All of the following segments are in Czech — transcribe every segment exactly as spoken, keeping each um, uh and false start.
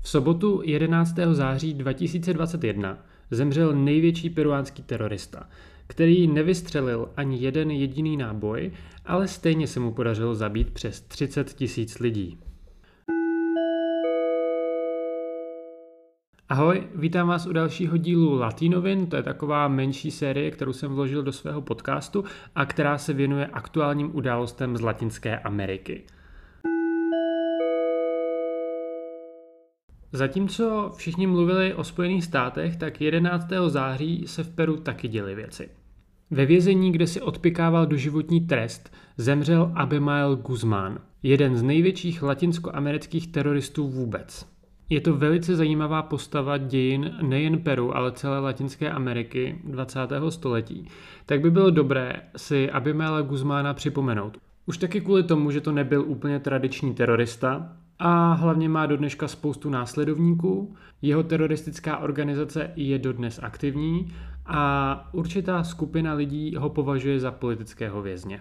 V sobotu jedenáctého září dva tisíce dvacet jedna zemřel největší peruánský terorista, který nevystřelil ani jeden jediný náboj, ale stejně se mu podařilo zabít přes třicet tisíc lidí. Ahoj, vítám vás u dalšího dílu Latinovin, to je taková menší série, kterou jsem vložil do svého podcastu a která se věnuje aktuálním událostem z Latinské Ameriky. Zatímco všichni mluvili o Spojených státech, tak jedenáctého září se v Peru taky děly věci. Ve vězení, kde si odpykával doživotní trest, zemřel Abimael Guzmán, jeden z největších latinskoamerických teroristů vůbec. Je to velice zajímavá postava dějin nejen Peru, ale celé Latinské Ameriky dvacátého století. Tak by bylo dobré si Abimaela Guzmána připomenout. Už taky kvůli tomu, že to nebyl úplně tradiční terorista a hlavně má do dneška spoustu následovníků. Jeho teroristická organizace je dodnes aktivní a určitá skupina lidí ho považuje za politického vězně.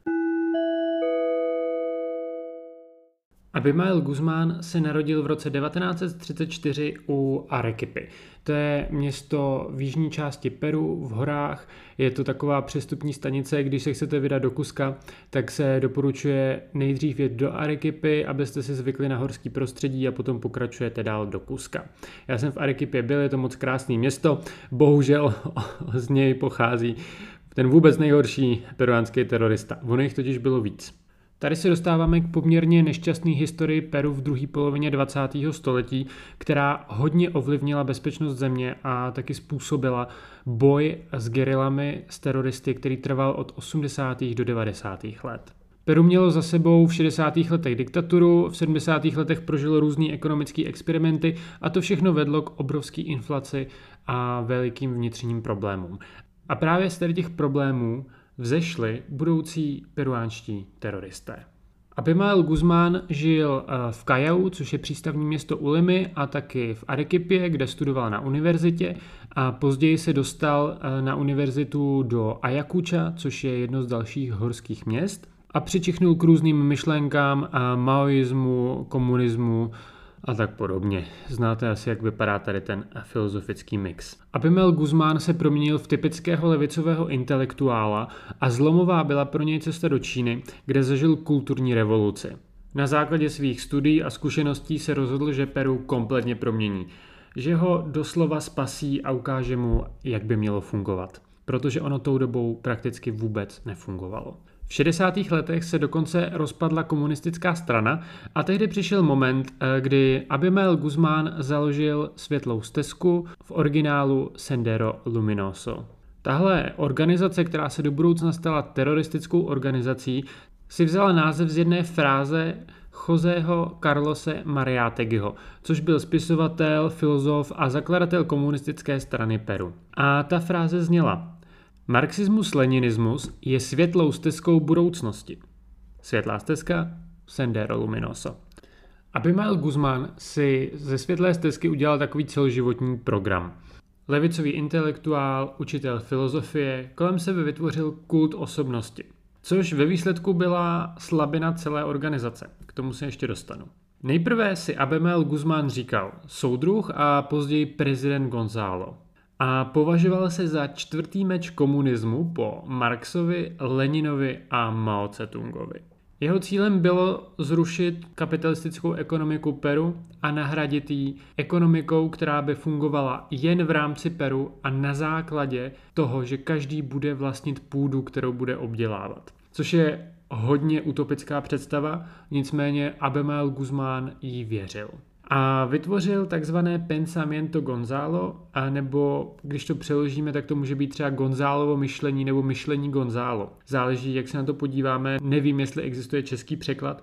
Abimael Guzmán se narodil v roce devatenáct set třicet čtyři u Arequipy. To je město v jižní části Peru, v horách. Je to taková přestupní stanice, když se chcete vydat do Cusca, tak se doporučuje nejdřív jet do Arequipy, abyste si zvykli na horský prostředí a potom pokračujete dál do Cusca. Já jsem v Arequipě byl, je to moc krásné město, bohužel z něj pochází ten vůbec nejhorší peruánský terorista. Ono jich totiž bylo víc. Tady se dostáváme k poměrně nešťastné historii Peru v druhé polovině dvacátého století, která hodně ovlivnila bezpečnost země a taky způsobila boj s gerilami, s teroristy, který trval od osmdesátých do devadesátých let. Peru mělo za sebou v šedesátých letech diktaturu, v sedmdesátých letech prožilo různý ekonomické experimenty a to všechno vedlo k obrovské inflaci a velikým vnitřním problémům. A právě z těch problémů vzešli budoucí peruánští teroristé. Abimael Guzmán žil v Callao, což je přístavní město u Limy, a taky v Arequipě, kde studoval na univerzitě, a později se dostal na univerzitu do Ayacucha, což je jedno z dalších horských měst, a přičichnul k různým myšlenkám a maoismu, komunismu a tak podobně. Znáte asi, jak vypadá tady ten filozofický mix. Abimael Guzmán se proměnil v typického levicového intelektuála a zlomová byla pro něj cesta do Číny, kde zažil kulturní revoluci. Na základě svých studií a zkušeností se rozhodl, že Peru kompletně promění, že ho doslova spasí a ukáže mu, jak by mělo fungovat, protože ono tou dobou prakticky vůbec nefungovalo. V šedesátých letech se dokonce rozpadla komunistická strana a tehdy přišel moment, kdy Abimael Guzmán založil Světlou stezku, v originálu Sendero Luminoso. Tahle organizace, která se do budoucna stala teroristickou organizací, si vzala název z jedné fráze Joseho Carlose Mariáteguiho, což byl spisovatel, filozof a zakladatel komunistické strany Peru. A ta fráze zněla: Marxismus-leninismus je světlou stezkou budoucnosti. Světlá stezka, Sendero Luminoso. Abimael Guzmán si ze světlé stezky udělal takový celoživotní program. Levicový intelektuál, učitel filozofie, kolem sebe vytvořil kult osobnosti, což ve výsledku byla slabina celé organizace. K tomu se ještě dostanu. Nejprve si Abimael Guzmán říkal soudruh a později prezident Gonzalo. A považoval se za čtvrtý meč komunismu po Marxovi, Leninovi a Mao Tse-tungovi. Jeho cílem bylo zrušit kapitalistickou ekonomiku Peru a nahradit ji ekonomikou, která by fungovala jen v rámci Peru a na základě toho, že každý bude vlastnit půdu, kterou bude obdělávat. Což je hodně utopická představa, nicméně Abimael Guzmán jí věřil. A vytvořil takzvané Pensamiento Gonzalo, a nebo když to přeložíme, tak to může být třeba Gonzálovo myšlení nebo myšlení Gonzalo. Záleží, jak se na to podíváme, nevím, jestli existuje český překlad.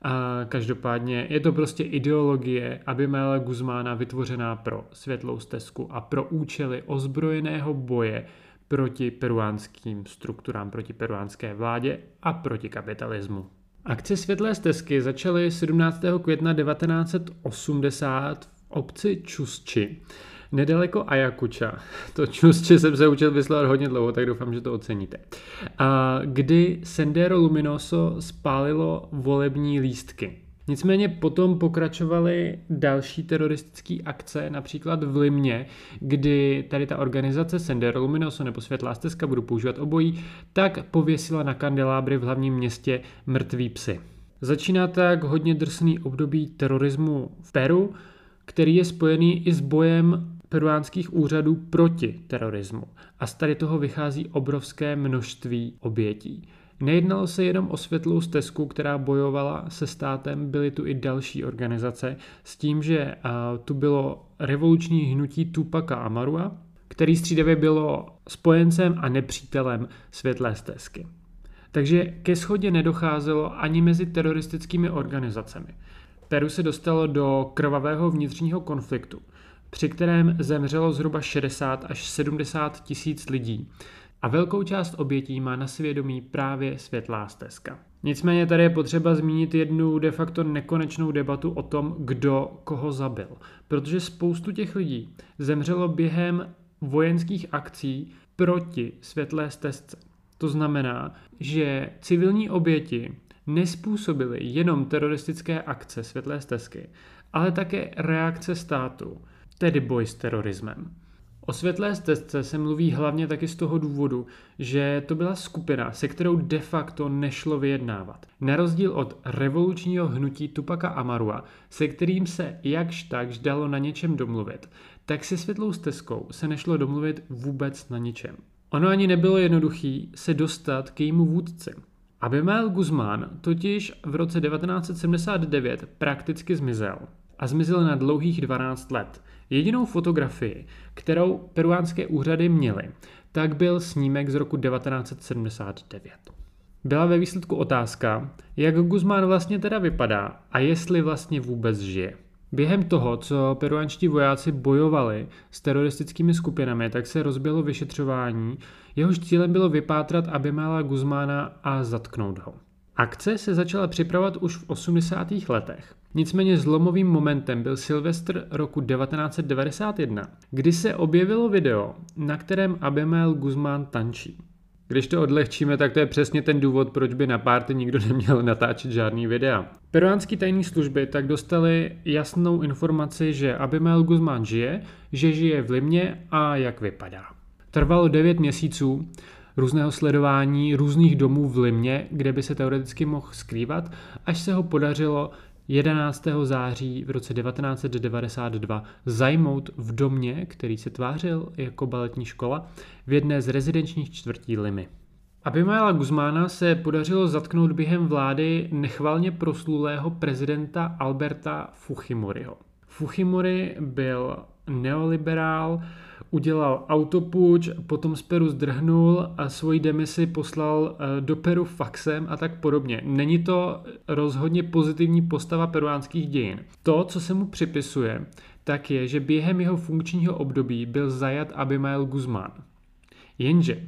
A každopádně je to prostě ideologie Abimaela Guzmána vytvořená pro Světlou stezku a pro účely ozbrojeného boje proti peruánským strukturám, proti peruánské vládě a proti kapitalismu. Akce Světlé stezky začaly sedmnáctého května devatenáct set osmdesát v obci Čusči, nedaleko Ayacucha. To Čusči jsem se učil vyslovovat hodně dlouho, tak doufám, že to oceníte. A kdy Sendero Luminoso spálilo volební lístky. Nicméně potom pokračovaly další teroristické akce, například v Limě, kdy tady ta organizace Sendero Luminoso nebo Světlá stezka, budu používat obojí, tak pověsila na kandelábry v hlavním městě mrtví psy. Začíná tak hodně drsný období terorismu v Peru, který je spojený i s bojem peruánských úřadů proti terorismu. A z tady toho vychází obrovské množství obětí. Nejednalo se jenom o Světlou stezku, která bojovala se státem, byly tu i další organizace s tím, že tu bylo revoluční hnutí Tupaca Amarua, který střídavě bylo spojencem a nepřítelem Světlé stezky. Takže ke shodě nedocházelo ani mezi teroristickými organizacemi. Peru se dostalo do krvavého vnitřního konfliktu, při kterém zemřelo zhruba šedesát až sedmdesát tisíc lidí a velkou část obětí má na svědomí právě Světlá stezka. Nicméně tady je potřeba zmínit jednu de facto nekonečnou debatu o tom, kdo koho zabil, protože spoustu těch lidí zemřelo během vojenských akcí proti Světlé stezce. To znamená, že civilní oběti nespůsobily jenom teroristické akce Světlé stezky, ale také reakce státu, tedy boj s terorismem. O Světlé stezce se mluví hlavně taky z toho důvodu, že to byla skupina, se kterou de facto nešlo vyjednávat. Na rozdíl od revolučního hnutí Tupaca Amarua, se kterým se jakž takž dalo na něčem domluvit, tak se Světlou stezkou se nešlo domluvit vůbec na ničem. Ono ani nebylo jednoduchý se dostat k jejímu vůdci. Abimael Guzmán totiž v roce devatenáct set sedmdesát devět prakticky zmizel. A zmizel na dlouhých dvanáct let. Jedinou fotografii, kterou peruánské úřady měly, tak byl snímek z roku devatenáct set sedmdesát devět. Byla ve výsledku otázka, jak Guzmán vlastně teda vypadá a jestli vlastně vůbec žije. Během toho, co peruánští vojáci bojovali s teroristickými skupinami, tak se rozběhlo vyšetřování, jehož cílem bylo vypátrat Abimaela Guzmána a zatknout ho. Akce se začala připravovat už v osmdesátých letech. Nicméně zlomovým momentem byl Silvestr roku devatenáct set devadesát jedna, kdy se objevilo video, na kterém Abimael Guzmán tančí. Když to odlehčíme, tak to je přesně ten důvod, proč by na párty nikdo neměl natáčet žádný videa. Peruánské tajné služby tak dostali jasnou informaci, že Abimael Guzmán žije, že žije v Limě a jak vypadá. Trvalo devět měsíců různého sledování různých domů v Limě, kde by se teoreticky mohl skrývat, až se ho podařilo jedenáctého září v roce devatenáct set devadesát dva zajmout v domě, který se tvářil jako baletní škola, v jedné z rezidenčních čtvrtí Limy. Abimaela Guzmána se podařilo zatknout během vlády nechvalně proslulého prezidenta Alberta Fujimoryho. Fujimori byl neoliberál, udělal autopuč, potom z Peru zdrhnul a svoji demisi poslal do Peru faxem a tak podobně. Není to rozhodně pozitivní postava peruánských dějin. To, co se mu připisuje, tak je, že během jeho funkčního období byl zajat Abimael Guzmán. Jenže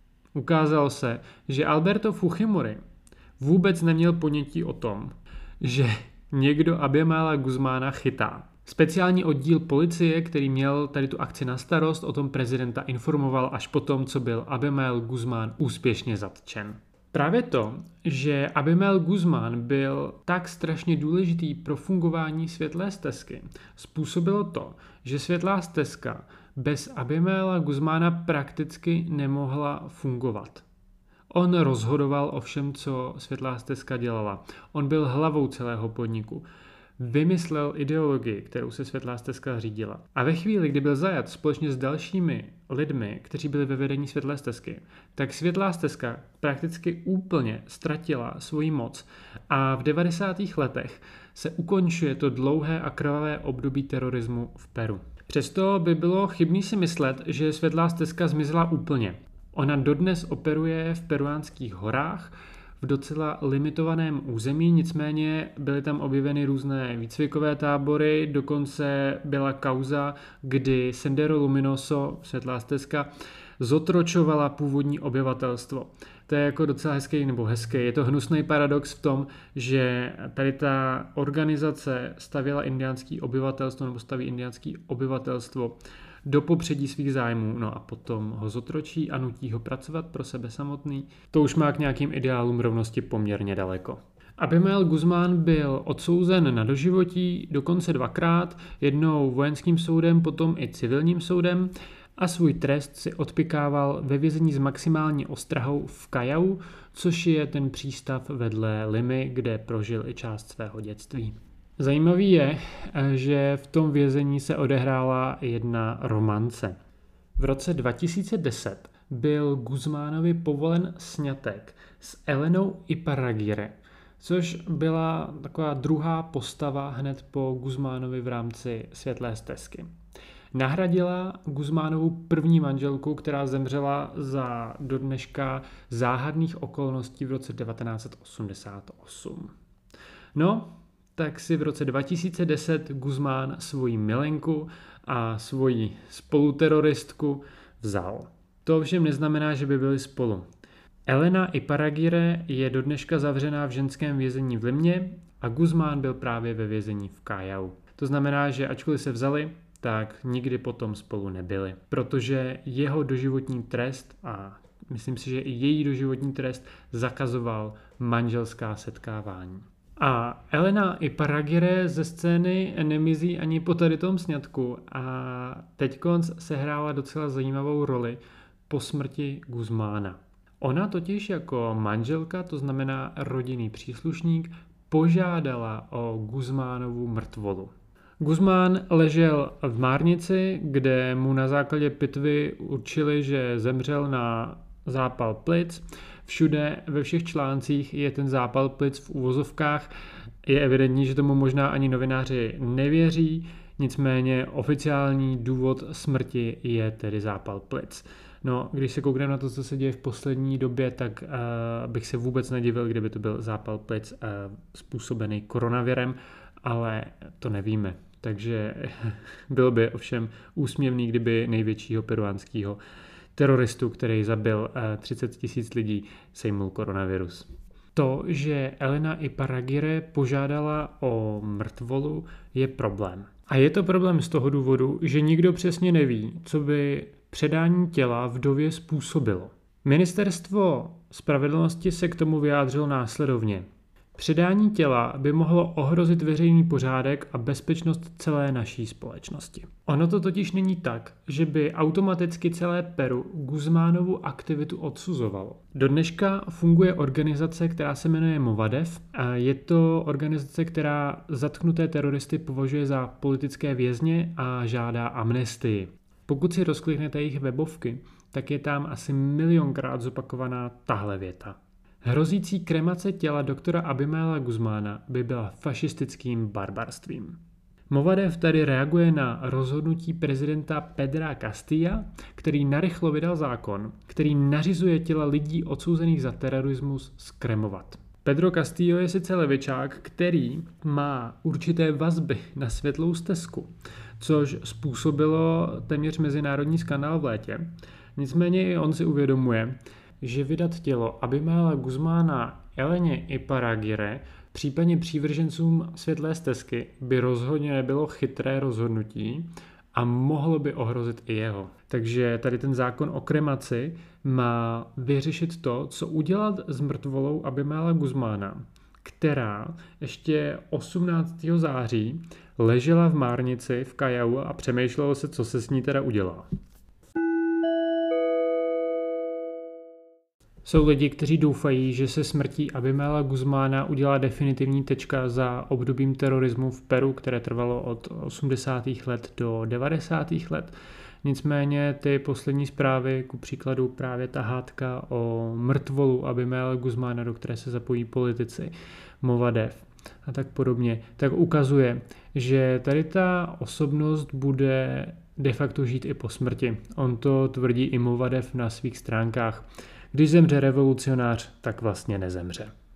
ukázalo se, že Alberto Fujimori vůbec neměl ponětí o tom, že někdo Abimaela Guzmána chytá. Speciální oddíl policie, který měl tady tu akci na starost, o tom prezidenta informoval až potom, co byl Abimael Guzmán úspěšně zatčen. Právě to, že Abimael Guzmán byl tak strašně důležitý pro fungování Světlé stezky, způsobilo to, že Světlá stezka bez Abimaela Guzmána prakticky nemohla fungovat. On rozhodoval o všem, co Světlá stezka dělala. On byl hlavou celého podniku. Vymyslel ideologii, kterou se Světlá stezka řídila. A ve chvíli, kdy byl zajat společně s dalšími lidmi, kteří byli ve vedení Světlé stezky, tak Světlá stezka prakticky úplně ztratila svoji moc a v devadesátých letech se ukončuje to dlouhé a krvavé období terorismu v Peru. Přesto by bylo chybný si myslet, že Světlá stezka zmizela úplně. Ona dodnes operuje v peruánských horách, v docela limitovaném území, nicméně byly tam objeveny různé výcvikové tábory, dokonce byla kauza, kdy Sendero Luminoso, Světlá stezka, zotročovala původní obyvatelstvo. To je jako docela hezký nebo hezký. Je to hnusný paradox v tom, že tady ta organizace stavěla indiánský obyvatelstvo nebo staví indiánský obyvatelstvo do popředí svých zájmů, no a potom ho zotročí a nutí ho pracovat pro sebe samotný. To už má k nějakým ideálům rovnosti poměrně daleko. Abimael Guzmán byl odsouzen na doživotí dokonce dvakrát, jednou vojenským soudem, potom i civilním soudem a svůj trest si odpykával ve vězení s maximální ostrahou v Callao, což je ten přístav vedle Limy, kde prožil i část svého dětství. Zajímavý je, že v tom vězení se odehrála jedna romance. V roce dva tisíce deset byl Guzmánovi povolen sňatek s Elenou Iparraguirre, což byla taková druhá postava hned po Guzmánovi v rámci Světlé stezky. Nahradila Guzmánovu první manželku, která zemřela za dodneška záhadných okolností v roce devatenáct set osmdesát osm. No, tak si v roce dva tisíce deset Guzmán svoji milenku a svoji spoluteroristku vzal. To ovšem neznamená, že by byli spolu. Elena Iparraguirre je dodneška zavřená v ženském vězení v Limě a Guzmán byl právě ve vězení v Callao. To znamená, že ačkoliv se vzali, tak nikdy potom spolu nebyli, protože jeho doživotní trest a myslím si, že i její doživotní trest zakazoval manželská setkávání. A Elena Iparraguirre ze scény nemizí ani po tady tom sňatku a teďkonc sehrála docela zajímavou roli po smrti Guzmána. Ona totiž jako manželka, to znamená rodinný příslušník, požádala o Guzmánovu mrtvolu. Guzmán ležel v Márnici, kde mu na základě pitvy určili, že zemřel na zápal plic. Všude ve všech článcích je ten zápal plic v uvozovkách. Je evidentní, že tomu možná ani novináři nevěří, nicméně oficiální důvod smrti je tedy zápal plic. No, když se koukneme na to, co se děje v poslední době, tak uh, bych se vůbec nedivil, kdyby to byl zápal plic uh, způsobený koronavirem, ale to nevíme. Takže bylo by ovšem úsměvný, kdyby největšího peruánského teroristu, který zabil třicet tisíc lidí, sejmul koronavirus. To, že Elena Iparraguirre požádala o mrtvolu, je problém. A je to problém z toho důvodu, že nikdo přesně neví, co by předání těla vdově způsobilo. Ministerstvo spravedlnosti se k tomu vyjádřilo následovně. Předání těla by mohlo ohrozit veřejný pořádek a bezpečnost celé naší společnosti. Ono to totiž není tak, že by automaticky celé Peru Guzmánovu aktivitu odsuzovalo. Do dneška funguje organizace, která se jmenuje Movadef a je to organizace, která zatknuté teroristy považuje za politické vězně a žádá amnestii. Pokud si rozkliknete jejich webovky, tak je tam asi milionkrát zopakovaná tahle věta. Hrozící kremace těla doktora Abimaela Guzmána by byla fašistickým barbarstvím. Movadef tady reaguje na rozhodnutí prezidenta Pedra Castilla, který narychlo vydal zákon, který nařizuje těla lidí odsouzených za terorismus zkremovat. Pedro Castillo je sice levičák, který má určité vazby na Světlou stezku, což způsobilo téměř mezinárodní skandál v létě. Nicméně i on si uvědomuje, že vydat tělo Abimaela Guzmána Eleně Iparraguirre, případně přívržencům Světlé stezky, by rozhodně nebylo chytré rozhodnutí a mohlo by ohrozit i jeho. Takže tady ten zákon o kremaci má vyřešit to, co udělat s mrtvolou Abimaela Guzmána, která ještě osmnáctého září ležela v Márnici v Callao a přemýšlelo se, co se s ní teda udělá. Jsou lidi, kteří doufají, že se smrtí Abimaela Guzmána udělá definitivní tečka za obdobím terorismu v Peru, které trvalo od osmdesátých let do devadesátých let. Nicméně ty poslední zprávy, ku příkladu právě ta hádka o mrtvolu Abimaela Guzmána, do které se zapojí politici, Movadef a tak podobně, tak ukazuje, že tady ta osobnost bude de facto žít i po smrti. On to tvrdí i Movadef na svých stránkách. Když zemře revolucionář, tak vlastně nezemře.